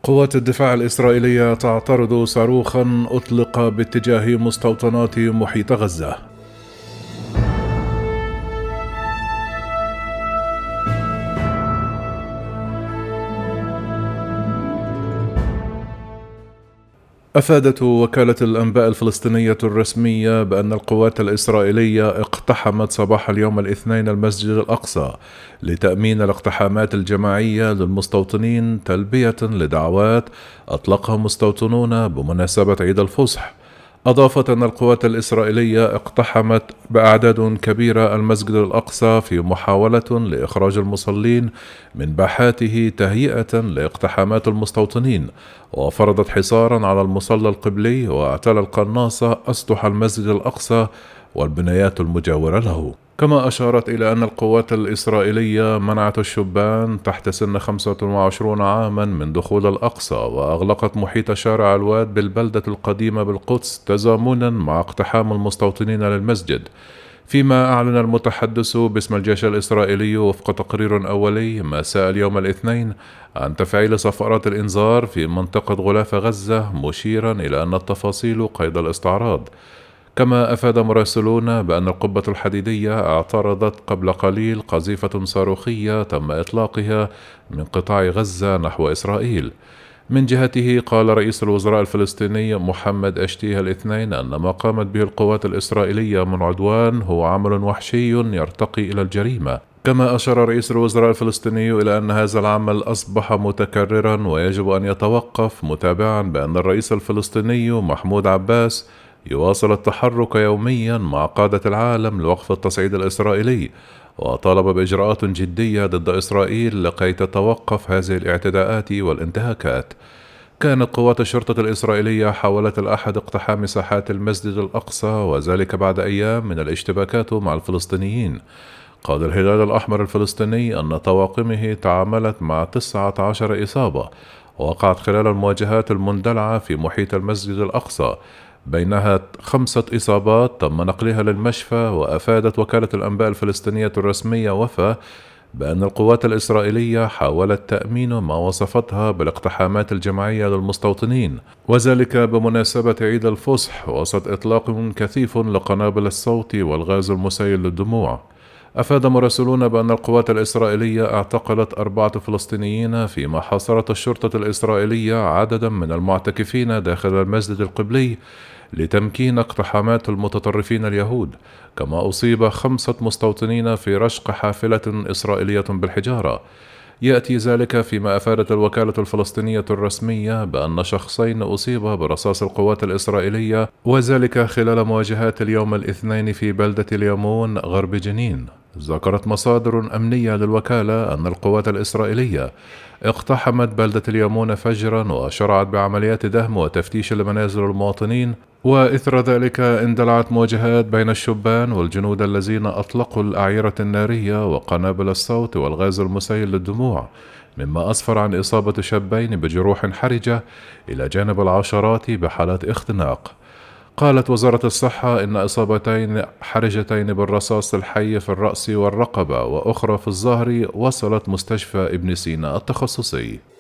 قوات الدفاع الإسرائيلية تعترض صاروخا أطلق باتجاه مستوطنات محيط غزة. أفادت وكالة الأنباء الفلسطينية الرسمية بأن القوات الإسرائيلية اقتحمت صباح اليوم الاثنين المسجد الأقصى لتأمين الاقتحامات الجماعية للمستوطنين تلبية لدعوات أطلقها مستوطنون بمناسبة عيد الفصح. أضافت أن القوات الإسرائيلية اقتحمت بأعداد كبيرة المسجد الأقصى في محاولة لإخراج المصلين من باحاته تهيئة لاقتحامات المستوطنين، وفرضت حصارا على المصلى القبلي واعتلى القناصة أسطح المسجد الأقصى والبنايات المجاورة له. كما أشارت إلى أن القوات الإسرائيلية منعت الشبان تحت سن 25 عاما من دخول الأقصى، وأغلقت محيط شارع الواد بالبلدة القديمة بالقدس تزامنا مع اقتحام المستوطنين للمسجد. فيما أعلن المتحدث باسم الجيش الإسرائيلي وفق تقرير أولي مساء اليوم الاثنين عن تفعيل صفارات الإنذار في منطقة غلاف غزة، مشيرا إلى أن التفاصيل قيد الاستعراض. كما أفاد مراسلون بأن القبة الحديدية اعترضت قبل قليل قذيفة صاروخية تم إطلاقها من قطاع غزة نحو إسرائيل. من جهته قال رئيس الوزراء الفلسطيني محمد أشتيه الاثنين أن ما قامت به القوات الإسرائيلية من عدوان هو عمل وحشي يرتقي إلى الجريمة. كما أشار رئيس الوزراء الفلسطيني إلى أن هذا العمل أصبح متكررا ويجب أن يتوقف، متابعا بأن الرئيس الفلسطيني محمود عباس يواصل التحرك يوميا مع قادة العالم لوقف التصعيد الإسرائيلي، وطالب بإجراءات جدية ضد إسرائيل لكي تتوقف هذه الاعتداءات والانتهاكات. كانت قوات الشرطة الإسرائيلية حاولت الأحد اقتحام ساحات المسجد الأقصى، وذلك بعد أيام من الاشتباكات مع الفلسطينيين. قال الهلال الأحمر الفلسطيني أن طواقمه تعاملت مع 19 إصابة وقعت خلال المواجهات المندلعة في محيط المسجد الأقصى، بينها 5 إصابات تم نقلها للمشفى. وأفادت وكالة الأنباء الفلسطينية الرسمية وفا بأن القوات الإسرائيلية حاولت تأمين ما وصفتها بالاقتحامات الجماعية للمستوطنين، وذلك بمناسبة عيد الفصح وسط إطلاق كثيف لقنابل الصوت والغاز المسيل للدموع. أفاد مراسلون بأن القوات الإسرائيلية اعتقلت 4 فلسطينيين، فيما حاصرت الشرطة الإسرائيلية عددا من المعتكفين داخل المسجد القبلي لتمكين اقتحامات المتطرفين اليهود. كما أصيب 5 مستوطنين في رشق حافلة إسرائيلية بالحجارة. يأتي ذلك فيما أفادت الوكالة الفلسطينية الرسمية بأن شخصين أصيبا برصاص القوات الإسرائيلية، وذلك خلال مواجهات اليوم الاثنين في بلدة اليمون غرب جنين. ذكرت مصادر أمنية للوكالة أن القوات الإسرائيلية اقتحمت بلدة اليمون فجرا وشرعت بعمليات دهم وتفتيش لمنازل المواطنين، وإثر ذلك اندلعت مواجهات بين الشبان والجنود الذين أطلقوا الأعيرة النارية وقنابل الصوت والغاز المسيل للدموع، مما أسفر عن إصابة شابين بجروح حرجة إلى جانب العشرات بحالات اختناق. قالت وزارة الصحة إن إصابتين حرجتين بالرصاص الحي في الرأس والرقبة وأخرى في الظهر وصلت مستشفى ابن سينا التخصصي.